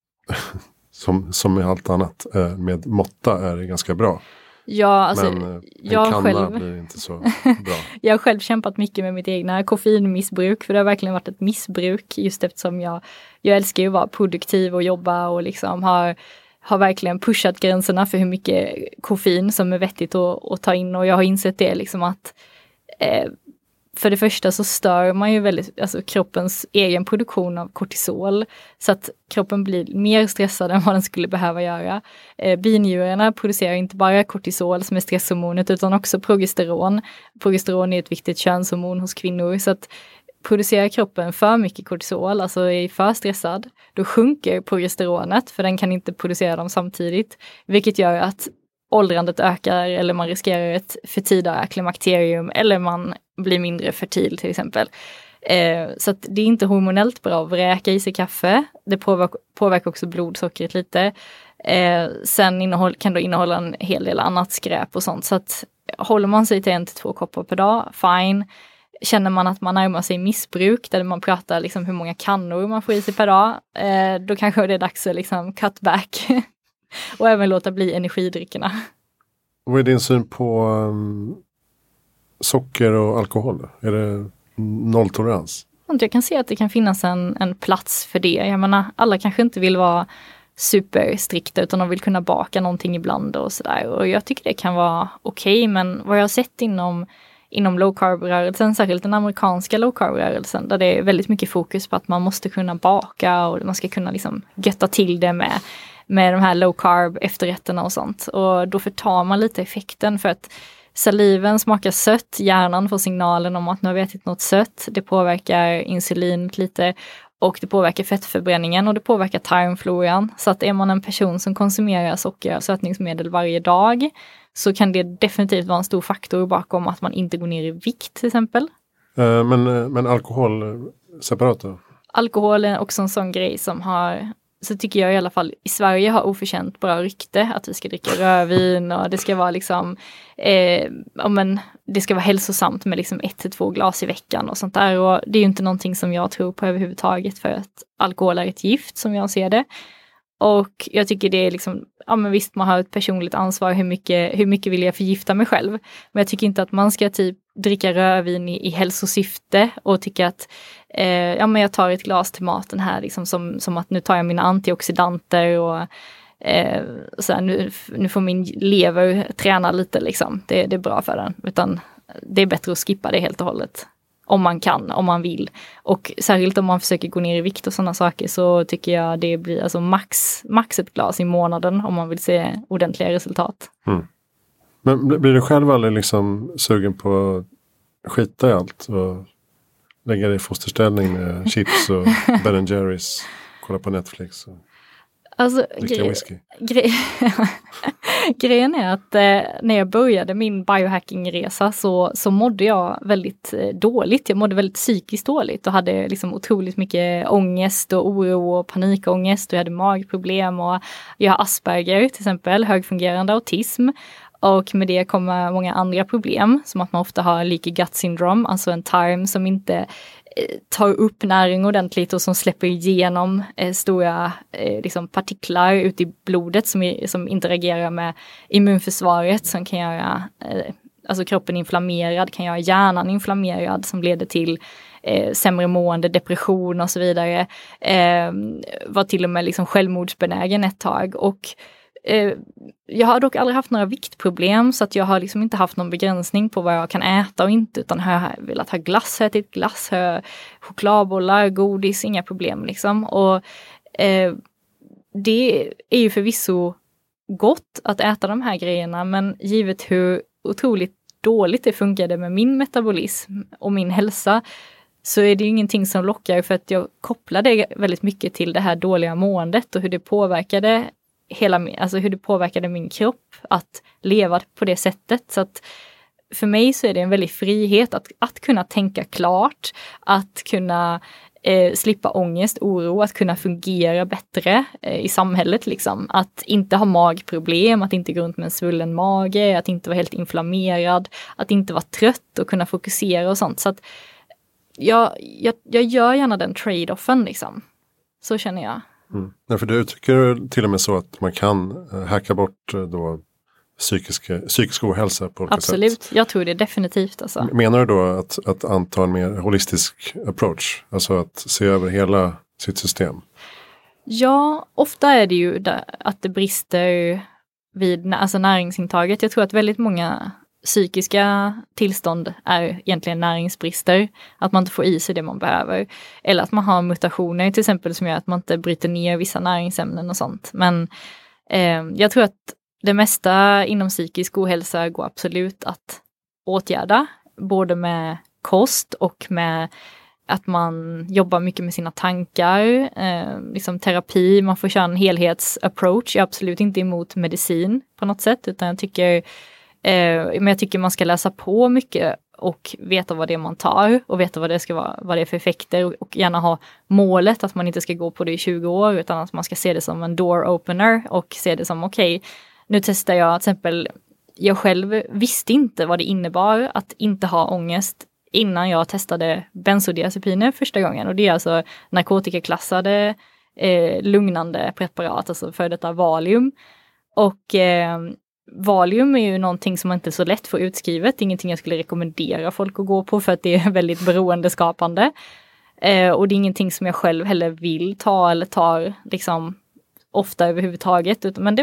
B: som med allt annat med måtta är det ganska bra.
A: Ja, alltså,
B: men
A: jag
B: kanna
A: själv
B: blir inte så bra.
A: Jag har själv kämpat mycket med mitt egna koffeinmissbruk, för det har verkligen varit ett missbruk just eftersom jag älskar ju att vara produktiv och jobba och liksom har verkligen pushat gränserna för hur mycket koffein som är vettigt att ta in, och jag har insett det liksom att för det första så stör man ju väldigt, alltså kroppens egen produktion av kortisol, så att kroppen blir mer stressad än vad den skulle behöva göra. Binjurarna producerar inte bara kortisol som är stresshormonet utan också progesteron. Progesteron är ett viktigt könshormon hos kvinnor, så att producerar kroppen för mycket kortisol, alltså är för stressad, då sjunker progesteronet för den kan inte producera dem samtidigt, vilket gör att åldrandet ökar eller man riskerar ett förtida klimakterium eller man blir mindre fertil till exempel. Så att det är inte hormonellt bra att vräka i sig kaffe. Det påverkar också blodsockret lite. Sen kan det innehålla en hel del annat skräp och sånt. Så att håller man sig till 1-2 koppar per dag, fine. Känner man att man närmar sig missbruk där man pratar liksom hur många kannor man får i sig per dag, då kanske det är dags att liksom cut back. Och även låta bli energidryckerna.
B: Vad är din syn på socker och alkohol? Är det nolltolerans?
A: Jag kan se att det kan finnas en plats för det. Jag menar, alla kanske inte vill vara superstrikta utan de vill kunna baka någonting ibland och sådär. Och jag tycker det kan vara okej, men vad jag har sett inom low carb-rörelsen, särskilt den amerikanska low carb-rörelsen, där det är väldigt mycket fokus på att man måste kunna baka och man ska kunna liksom götta till det med de här low carb efterrätterna och sånt. Och då förtar man lite effekten, för att saliven smakar sött, hjärnan får signalen om att nu har vi ätit något sött. Det påverkar insulinet lite och det påverkar fettförbränningen och det påverkar tarmfloran. Så att är man en person som konsumerar socker och sötningsmedel varje dag, så kan det definitivt vara en stor faktor bakom att man inte går ner i vikt till exempel.
B: Men alkohol separat då?
A: Alkohol är också en sån grej som så tycker jag i alla fall i Sverige har oförtjänt bra rykte att vi ska dricka rödvin och det ska vara liksom det ska vara hälsosamt med liksom 1-2 glas i veckan och sånt där, och det är ju inte någonting som jag tror på överhuvudtaget, för att alkohol är ett gift som jag ser det. Och jag tycker det är liksom, men visst, man har ett personligt ansvar hur mycket vill jag förgifta mig själv. Men jag tycker inte att man ska typ dricka rödvin i hälsosyfte och tycka att men jag tar ett glas till maten här liksom som att nu tar jag mina antioxidanter och så här, nu får min lever träna lite liksom. Det är bra för den. Utan det är bättre att skippa det helt och hållet. Om man kan, om man vill. Och särskilt om man försöker gå ner i vikt och sådana saker, så tycker jag det blir alltså max ett glas i månaden om man vill se ordentliga resultat. Mm.
B: Men blir du själv aldrig liksom sugen på att skita i allt och lägga dig i fosterställning med chips och Ben & Jerry's, kolla på Netflix och dricka whisky?
A: Grejen är att när jag började min biohacking-resa så mådde jag väldigt dåligt. Jag mådde väldigt psykiskt dåligt och hade liksom otroligt mycket ångest och oro och panikångest, och jag hade magproblem och jag har Asperger till exempel, högfungerande autism. Och med det kommer många andra problem, som att man ofta har leaky gut syndrome, alltså en tarm som inte tar upp näring ordentligt och som släpper igenom stora liksom partiklar ut i blodet som interagerar med immunförsvaret, som kan göra alltså kroppen inflammerad, kan göra hjärnan inflammerad, som leder till sämre mående, depression och så vidare. Var till och med liksom självmordsbenägen ett tag, och jag har dock aldrig haft några viktproblem, så att jag har liksom inte haft någon begränsning på vad jag kan äta och inte, utan har jag velat ha glass, ätit glass, chokladbollar, godis, inga problem liksom. Och det är ju förvisso gott att äta de här grejerna, men givet hur otroligt dåligt det funkade med min metabolism och min hälsa, så är det ju ingenting som lockar, för att jag kopplade väldigt mycket till det här dåliga måendet och hur det påverkade hur det påverkade min kropp att leva på det sättet. Så att för mig så är det en väldig frihet att kunna tänka klart, att kunna slippa ångest, oro, att kunna fungera bättre i samhället liksom. Att inte ha magproblem, att inte gå runt med en svullen mage, att inte vara helt inflammerad, att inte vara trött och kunna fokusera och sånt. Så att jag gör gärna den trade-offen liksom. Så känner jag.
B: Mm. Ja, för du uttrycker till och med så att man kan hacka bort då psykisk ohälsa på olika
A: Absolut,
B: sätt.
A: jag tror det definitivt. Alltså.
B: Menar du då att anta en mer holistisk approach? Alltså att se över hela sitt system?
A: Ja, ofta är det ju att det brister vid näringsintaget. Jag tror att väldigt många psykiska tillstånd är egentligen näringsbrister. Att man inte får i sig det man behöver. Eller att man har mutationer till exempel som gör att man inte bryter ner vissa näringsämnen och sånt. Men jag tror att det mesta inom psykisk ohälsa går absolut att åtgärda. Både med kost och med att man jobbar mycket med sina tankar. Liksom terapi, man får köra en helhetsapproach. Jag är absolut inte emot medicin på något sätt. Utan jag tycker man ska läsa på mycket och veta vad det är man tar. Och veta vad det ska vara, vad det är för effekter. Och gärna ha målet att man inte ska gå på det i 20 år. Utan att man ska se det som en door opener. Och se det som okej. Nu testar jag till exempel, jag själv visste inte vad det innebar att inte ha ångest innan jag testade bensodiazepiner första gången. Och det är alltså narkotikaklassade lugnande preparat, alltså för detta Valium. Och Valium är ju någonting som man inte så lätt får utskrivet. Ingenting jag skulle rekommendera folk att gå på för att det är väldigt beroendeskapande. Och det är ingenting som jag själv heller vill ta eller tar liksom ofta överhuvudtaget. Men det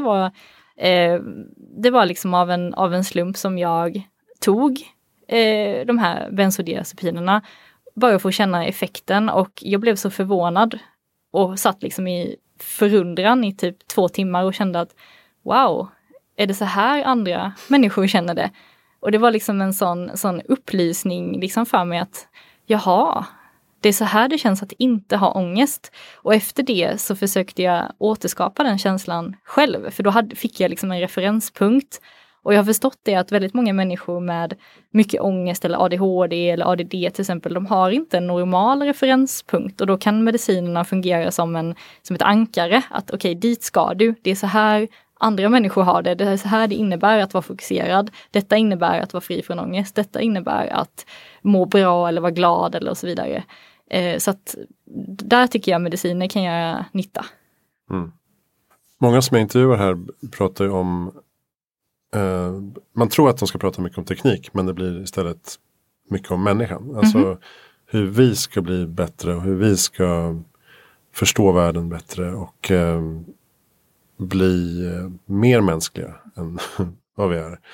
A: var liksom av en slump som jag tog de här bensodiazepinerna bara för att känna effekten, och jag blev så förvånad och satt liksom i förundran i typ 2 timmar och kände att wow, är det så här andra människor känner det? Och det var liksom en sån upplysning liksom för mig att jaha, det är så här det känns att inte ha ångest. Och efter det så försökte jag återskapa den känslan själv. För då fick jag liksom en referenspunkt. Och jag har förstått det att väldigt många människor med mycket ångest eller ADHD eller ADD till exempel, de har inte en normal referenspunkt. Och då kan medicinerna fungera som ett ankare. Att okej, dit ska du. Det är så här andra människor har det. Det är så här det innebär att vara fokuserad. Detta innebär att vara fri från ångest. Detta innebär att må bra eller vara glad eller och så vidare. Så att där tycker jag mediciner kan göra nytta.
B: Mm. Många som jag intervjuar här pratar ju om man tror att de ska prata mycket om teknik, men det blir istället mycket om människan. Alltså hur vi ska bli bättre och hur vi ska förstå världen bättre och bli mer mänskliga än vad vi är.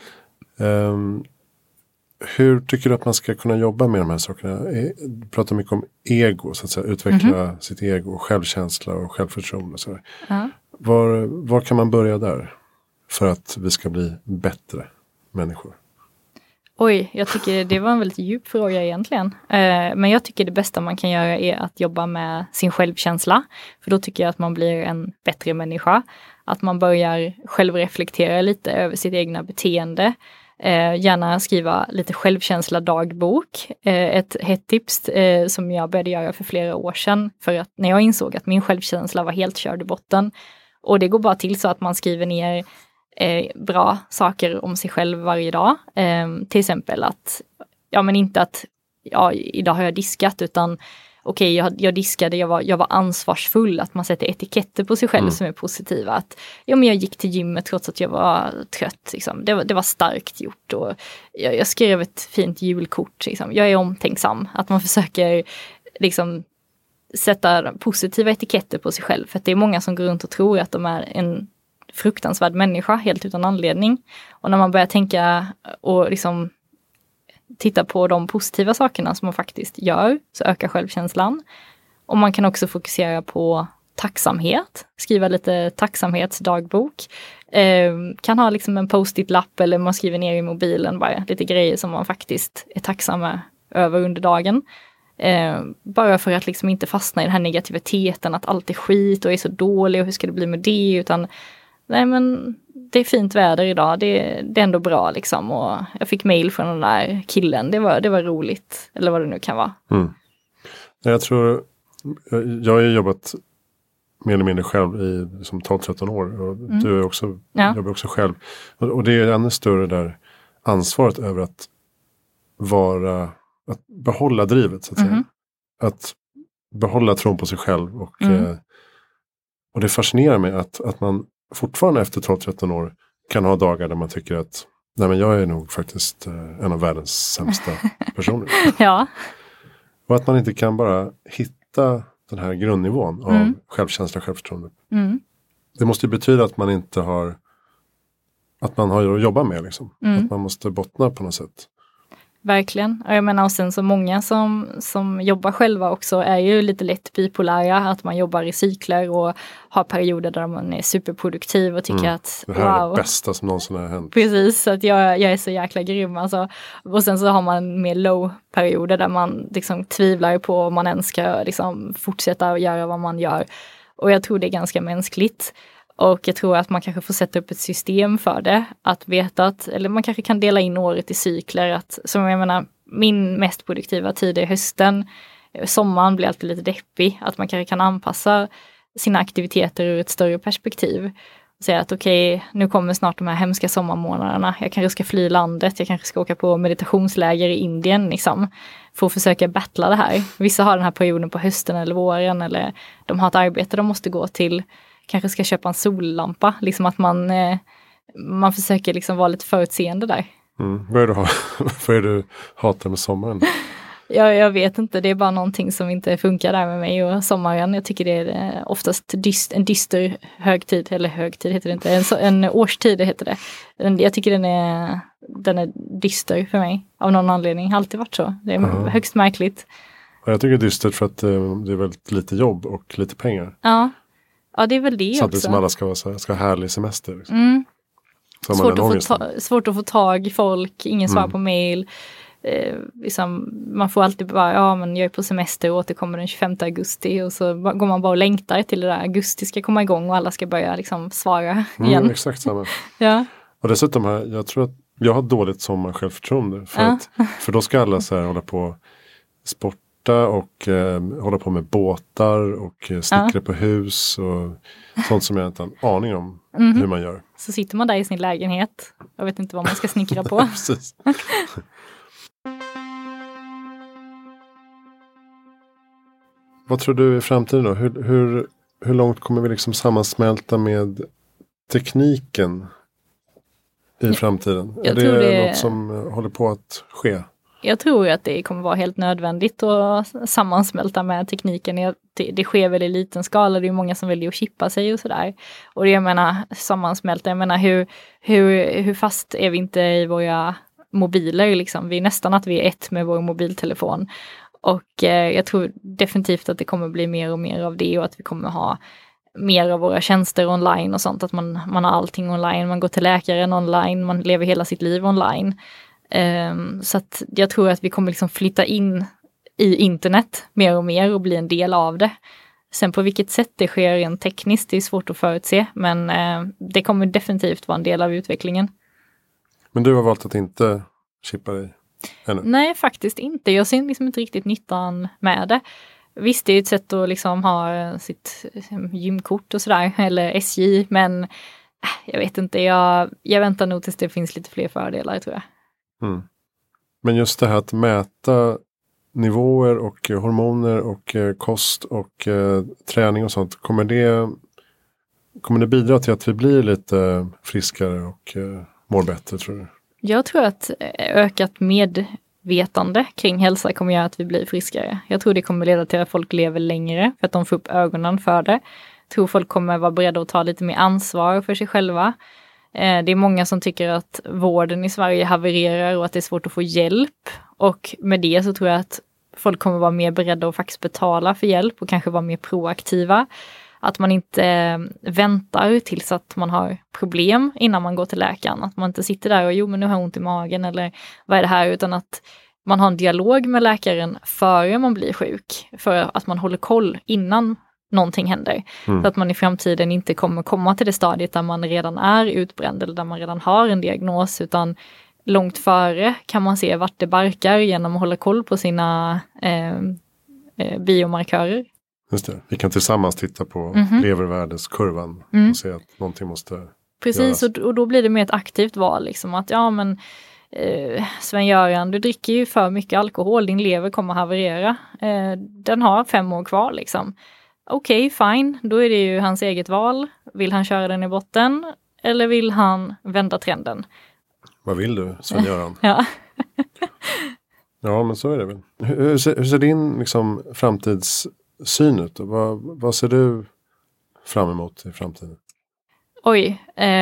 B: Hur tycker du att man ska kunna jobba med de här sakerna? Du pratar mycket om ego, så att säga. Utveckla sitt ego, självkänsla och självförtroende. Och så var kan man börja där? För att vi ska bli bättre människor.
A: Oj, jag tycker det var en väldigt djup fråga egentligen. Men jag tycker det bästa man kan göra är att jobba med sin självkänsla. För då tycker jag att man blir en bättre människa. Att man börjar självreflektera lite över sitt egna beteende. Gärna skriva lite självkänsla dagbok. Ett hett tips som jag började göra för flera år sedan. För att när jag insåg att min självkänsla var helt körd i botten. Och det går bara till så att man skriver ner bra saker om sig själv varje dag. Till exempel att, inte att idag har jag diskat, utan okej, jag diskade, jag var ansvarsfull. Att man sätter etiketter på sig själv som är positiva. Att jag gick till gymmet trots att jag var trött. Liksom. Det var starkt gjort. Och jag skrev ett fint julkort. Liksom. Jag är omtänksam. Att man försöker liksom sätta positiva etiketter på sig själv. För att det är många som går runt och tror att de är en fruktansvärd människa helt utan anledning. Och när man börjar tänka och liksom titta på de positiva sakerna som man faktiskt gör, så ökar självkänslan. Och man kan också fokusera på tacksamhet. Skriva lite tacksamhetsdagbok. Kan ha liksom en post-it-lapp eller man skriver ner i mobilen bara lite grejer som man faktiskt är tacksamma över under dagen. Bara för att liksom inte fastna i den här negativiteten, att allt är skit och är så dålig och hur ska det bli med det, utan nej, men det är fint väder idag, det är ändå bra liksom, och jag fick mejl från den där killen, det var roligt, eller vad det nu kan vara.
B: Jag tror, jag har ju jobbat mer eller mindre själv i som 12-13 år. Och du är också, jobbar också själv. Och det är ännu större där ansvaret över att behålla drivet så att säga. Att behålla tron på sig själv. Och det fascinerar mig att man fortfarande efter 12-13 år kan ha dagar där man tycker att nej, men jag är nog faktiskt en av världens sämsta personer.
A: Ja.
B: Och att man inte kan bara hitta den här grundnivån av självkänsla och självförtroende. Det måste ju betyda att man inte har att man har att jobba med liksom. Att man måste bottna på något sätt.
A: Verkligen. Och jag menar, och sen så många som jobbar själva också är ju lite lätt bipolära. Att man jobbar i cykler och har perioder där man är superproduktiv och tycker att
B: det här är det bästa som någonsin har hänt.
A: Precis, att jag är så jäkla grym alltså. Och sen så har man mer low-perioder där man liksom tvivlar på om man ens ska liksom fortsätta göra vad man gör. Och jag tror det är ganska mänskligt. Och jag tror att man kanske får sätta upp ett system för det. Att veta att, eller man kanske kan dela in året i cykler. Att, som jag menar, min mest produktiva tid är hösten. Sommaren blir alltid lite deppig. Att man kanske kan anpassa sina aktiviteter ur ett större perspektiv. Och säga att okej, nu kommer snart de här hemska sommarmånaderna. Jag kanske ska fly landet. Jag kanske ska åka på meditationsläger i Indien liksom. För att försöka battla det här. Vissa har den här perioden på hösten eller våren. Eller de har ett arbete de måste gå till. Kanske ska köpa en sollampa. Liksom att man försöker liksom vara lite förutseende där.
B: Vad är du hatar med sommaren?
A: Jag vet inte. Det är bara någonting som inte funkar där med mig. Och sommaren, jag tycker det är oftast en dyster högtid. Eller högtid heter det inte. En årstid heter det. Jag tycker den är dyster för mig. Av någon anledning. Har alltid varit så. Det är högst märkligt.
B: Jag tycker det är dystert för att det är väldigt lite jobb och lite pengar.
A: Ja, det är väl det
B: samtidigt
A: också.
B: Som alla ska ha härlig semester. Liksom.
A: Svårt att få tag i folk, ingen svar på mail. Liksom, man får alltid bara, men jag är på semester och återkommer den 25 augusti. Och så går man bara och längtar till det där augusti ska komma igång och alla ska börja liksom svara igen.
B: Exakt samma.
A: Ja.
B: Och dessutom jag tror att jag har dåligt sommarsjälvförtroende. För då ska alla så här hålla på sport och hålla på med båtar och snickra på hus och sånt som jag inte har en aning om hur man gör.
A: Så sitter man där i sin lägenhet och vet inte vad man ska snickra på.
B: Precis. Vad tror du i framtiden då? Hur långt kommer vi liksom sammansmälta med tekniken i framtiden? Är det något som håller på att ske?
A: Jag tror att det kommer vara helt nödvändigt att sammansmälta med tekniken. Det sker väl i liten skala. Det är många som väljer att chippa sig och sådär. Och det jag menar sammansmälta. Jag menar hur fast är vi inte i våra mobiler liksom. Vi är nästan att vi är ett med vår mobiltelefon. Och jag tror definitivt att det kommer bli mer och mer av det. Och att vi kommer ha mer av våra tjänster online och sånt. Att man har allting online. Man går till läkaren online. Man lever hela sitt liv online. Så att jag tror att vi kommer liksom flytta in i internet mer och mer och bli en del av det. Sen på vilket sätt det sker rent tekniskt, det är svårt att förutse. Men det kommer definitivt vara en del av utvecklingen.
B: Men du har valt att inte chippa dig ännu?
A: Nej, faktiskt inte. Jag ser liksom inte riktigt nyttan med det. Visst, det är ett sätt att liksom ha sitt gymkort och sådär, eller SJ. Men jag vet inte, jag väntar nog tills det finns lite fler fördelar, tror jag.
B: Men just det här att mäta nivåer och hormoner och kost och träning och sånt. Kommer det bidra till att vi blir lite friskare och mår bättre, tror du? Jag
A: tror att ökat medvetande kring hälsa kommer göra att vi blir friskare. Jag tror det kommer leda till att folk lever längre för att de får upp ögonen för det. Jag tror folk kommer vara beredda att ta lite mer ansvar för sig själva. Det är många som tycker att vården i Sverige havererar och att det är svårt att få hjälp. Och med det så tror jag att folk kommer vara mer beredda att faktiskt betala för hjälp och kanske vara mer proaktiva. Att man inte väntar tills att man har problem innan man går till läkaren. Att man inte sitter där och men nu har jag ont i magen eller vad är det här, utan att man har en dialog med läkaren före man blir sjuk. För att man håller koll innan någonting händer. Så att man i framtiden inte kommer komma till det stadiet där man redan är utbränd eller där man redan har en diagnos, utan långt före kan man se vart det barkar genom att hålla koll på sina biomarkörer.
B: Just det. Vi kan tillsammans titta på levervärdeskurvan och se att någonting måste
A: Precis,
B: göras.
A: och då blir det mer ett aktivt val. Liksom, att ja men Sven-Göran, du dricker ju för mycket alkohol, din lever kommer haverera. Den har 5 år kvar liksom. Okej, fine, då är det ju hans eget val. Vill han köra den i botten eller vill han vända trenden?
B: Vad vill du, Sven-Göran?
A: Ja.
B: Ja, men så är det väl. Hur ser din liksom, framtidssyn ut? Vad ser du fram emot i framtiden?
A: Oj,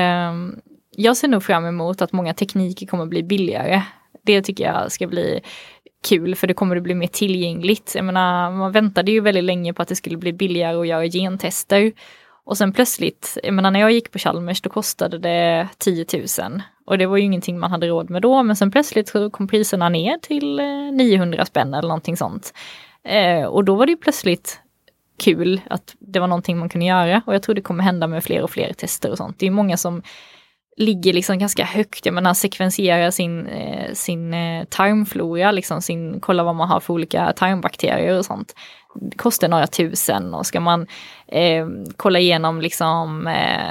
A: jag ser nog fram emot att många tekniker kommer bli billigare. Det tycker jag ska bli kul, för det kommer att bli mer tillgängligt. Jag menar, man väntade ju väldigt länge på att det skulle bli billigare att göra gentester. Och sen plötsligt, jag menar, när jag gick på Chalmers då kostade det 10 000. Och det var ju ingenting man hade råd med då, men sen plötsligt så kom priserna ner till 900 spänn eller någonting sånt. Och då var det ju plötsligt kul att det var någonting man kunde göra, och jag tror det kommer hända med fler och fler tester och sånt. Det är många som ligger liksom ganska högt, jag menar sekvenserar sin tarmflora, liksom kolla vad man har för olika tarmbakterier och sånt. Det kostar några tusen, och ska man kolla igenom liksom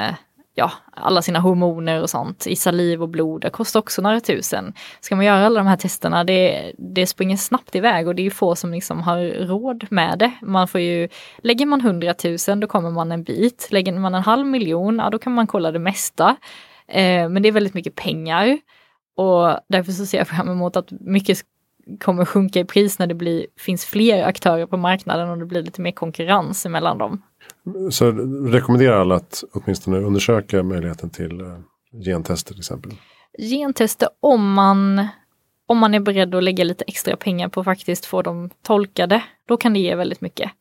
A: alla sina hormoner och sånt i saliv och blod, det kostar också några tusen. Ska man göra alla de här testerna, det springer snabbt iväg, och det är ju få som liksom har råd med det. Man får ju, lägger man 100 000 då kommer man en bit, lägger man 500 000, då kan man kolla det mesta. Men det är väldigt mycket pengar, och därför så ser jag fram emot att mycket kommer sjunka i pris när det finns fler aktörer på marknaden och det blir lite mer konkurrens mellan dem.
B: Så rekommenderar alla att åtminstone undersöka möjligheten till gentester till exempel?
A: Gentester om man är beredd att lägga lite extra pengar på att faktiskt få dem tolkade, då kan det ge väldigt mycket.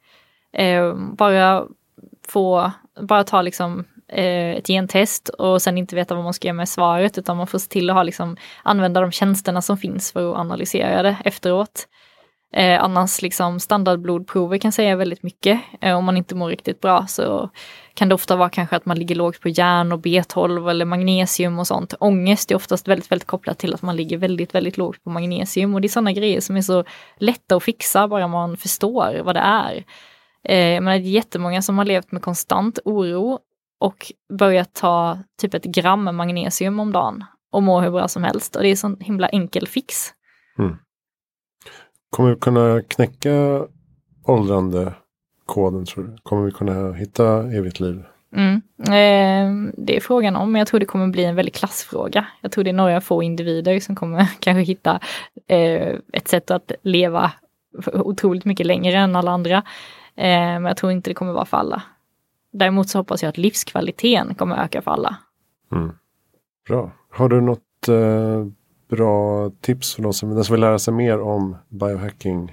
A: Bara ta liksom ett gentest och sen inte veta vad man ska göra med svaret, utan man får se till att använda de tjänsterna som finns för att analysera det efteråt. Annars liksom standardblodprover kan säga väldigt mycket. Om man inte mår riktigt bra så kan det ofta vara kanske att man ligger lågt på järn och B12 eller magnesium och sånt. Ångest är oftast väldigt, väldigt kopplat till att man ligger väldigt, väldigt lågt på magnesium, och det är sådana grejer som är så lätta att fixa bara man förstår vad det är. Men det är jättemånga som har levt med konstant oro och börjat ta typ 1 gram magnesium om dagen och må hur bra som helst. Och det är en sån himla enkel fix.
B: Mm. Kommer vi kunna knäcka åldrande koden, tror du? Kommer vi kunna hitta evigt liv?
A: Det är frågan om, men jag tror det kommer bli en väldigt klassfråga. Jag tror det är några få individer som kommer kanske hitta ett sätt att leva otroligt mycket längre än alla andra. Men jag tror inte det kommer vara för alla. Däremot så hoppas jag att livskvaliteten kommer öka för alla.
B: Mm. Bra. Har du något bra tips för någon som vill lära sig mer om biohacking?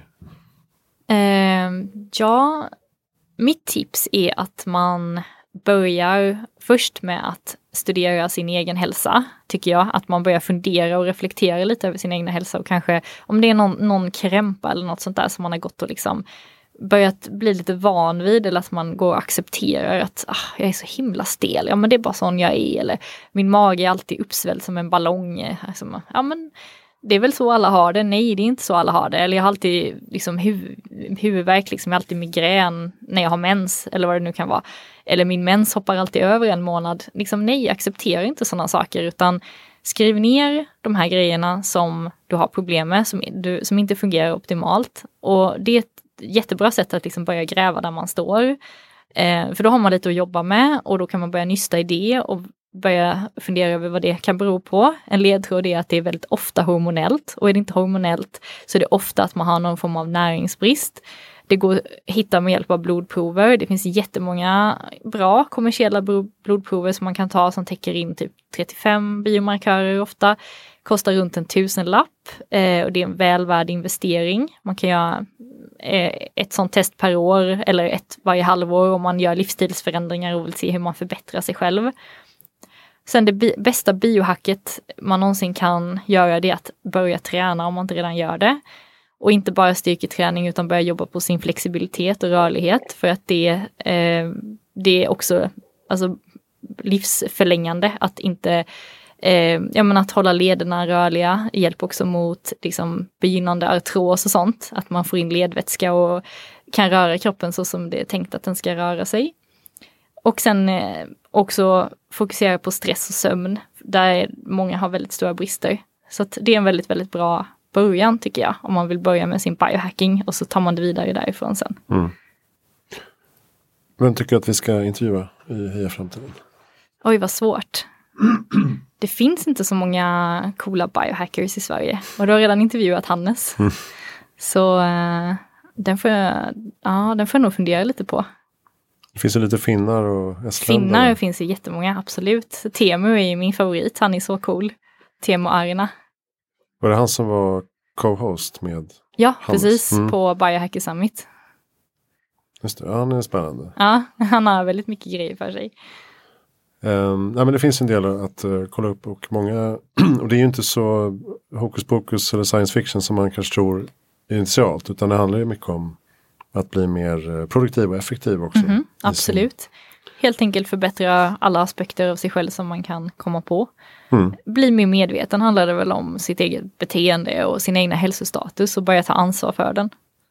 A: Ja, mitt tips är att man börjar först med att studera sin egen hälsa, tycker jag. Att man börjar fundera och reflektera lite över sin egen hälsa, och kanske om det är någon krämpa eller något sånt där som man har gått och liksom börjat bli lite van vid, eller att man går och accepterar att jag är så himla stel, ja men det är bara sån jag är, eller min mage är alltid uppsvälld som en ballong, alltså, ja men det är väl så alla har det. Nej, det är inte så alla har det. Eller jag har alltid liksom huvudvärk, liksom, jag har alltid migrän när jag har mens, eller vad det nu kan vara. Eller min mens hoppar alltid över en månad. Liksom, nej, acceptera inte sådana saker, utan skriv ner de här grejerna som du har problem med, som inte fungerar optimalt. Och det är ett jättebra sätt att liksom börja gräva där man står. För då har man lite att jobba med, och då kan man börja nysta i det och börja fundera över vad det kan bero på. En ledtråd är att det är väldigt ofta hormonellt, och är det inte hormonellt så är det ofta att man har någon form av näringsbrist. Det går att hitta med hjälp av blodprover. Det finns jättemånga bra kommersiella blodprover som man kan ta, som täcker in typ 35 biomarkörer ofta. Kostar runt 1000-lapp, och det är en välvärd investering. Man kan göra ett sånt test per år eller ett varje halvår om man gör livsstilsförändringar och vill se hur man förbättrar sig själv. Sen det bästa biohacket man någonsin kan göra, det är att börja träna om man inte redan gör det. Och inte bara styrketräning, utan börja jobba på sin flexibilitet och rörlighet, för att det är också livsförlängande att inte att hålla lederna rörliga. Hjälper också mot liksom begynnande artros och sånt, att man får in ledvätska och kan röra kroppen så som det är tänkt att den ska röra sig. Och sen också fokusera på stress och sömn, där många har väldigt stora brister. Så att det är en väldigt, väldigt bra början tycker jag, om man vill börja med sin biohacking och så tar man det vidare därifrån sen.
B: Vem tycker att vi ska intervjua i Heja Framtiden?
A: Oj, vad svårt. Det finns inte så många coola biohackers i Sverige. Och du har redan intervjuat Hannes. Så den får jag nog fundera lite på.
B: Det finns ju lite finnar och estländare.
A: Finnar finns ju jättemånga, absolut. Teemu är ju min favorit, han är så cool. Teemu Arina.
B: Var det han som var co-host med
A: Ja,
B: Hannes?
A: precis, på Biohacker Summit.
B: Just det, ja, han är spännande.
A: Ja, han har väldigt mycket grejer för sig.
B: Men det finns en del att kolla upp och många, och det är ju inte så hokus pokus eller science fiction som man kanske tror initialt, utan det handlar ju mycket om att bli mer produktiv och effektiv också.
A: Absolut. Helt enkelt förbättra alla aspekter av sig själv som man kan komma på. Bli mer medveten handlar det väl om sitt eget beteende och sin egna hälsostatus och börja ta ansvar för den.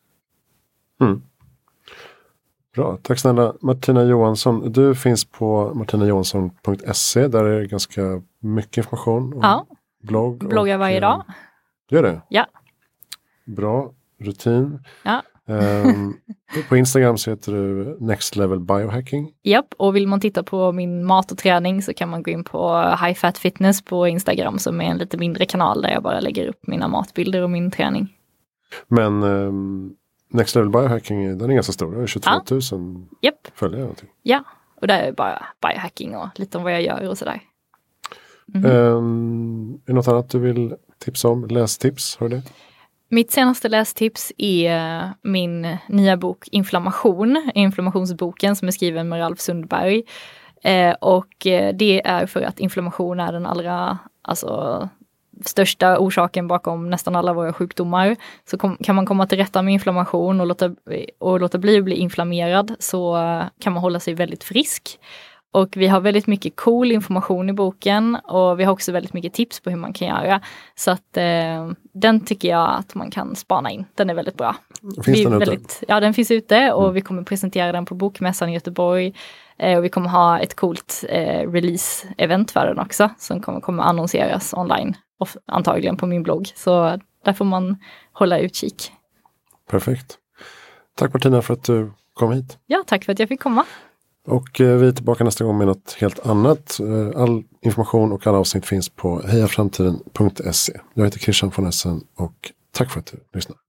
B: Bra, tack snälla Martina Johansson. Du finns på martinajohansson.se, där är det ganska mycket information. Och
A: bloggar varje dag.
B: Gör det?
A: Ja.
B: Bra rutin.
A: Ja.
B: På Instagram så heter du Next Level Biohacking.
A: Japp, och vill man titta på min mat och träning så kan man gå in på High Fat Fitness på Instagram, som är en lite mindre kanal där jag bara lägger upp mina matbilder och min träning.
B: Men Next Level Biohacking, den är ganska stor, det är 22 000 följare. Någonting.
A: Ja, och det är bara biohacking och lite om vad jag gör och sådär.
B: Är det något annat du vill tipsa om? Lästips, har du det?
A: Mitt senaste lästips är min nya bok Inflammation, inflammationsboken som är skriven med Ralf Sundberg. Och det är för att inflammation är den allra största orsaken bakom nästan alla våra sjukdomar. Så kan man komma till rätta med inflammation och låta bli att bli inflammerad, så kan man hålla sig väldigt frisk. Och vi har väldigt mycket cool information i boken och vi har också väldigt mycket tips på hur man kan göra. Så att den tycker jag att man kan spana in. Den är väldigt bra.
B: Finns den ute?
A: Ja, den finns ute och vi kommer presentera den på Bokmässan i Göteborg. Och vi kommer ha ett coolt release-event för den också som kommer annonseras online. Och antagligen på min blogg. Så där får man hålla utkik.
B: Perfekt. Tack Martina för att du kom hit.
A: Ja, tack för att jag fick komma.
B: Och vi är tillbaka nästa gång med något helt annat. All information och alla avsnitt finns på hejaframtiden.se. Jag heter Christian von Essen och tack för att du lyssnade.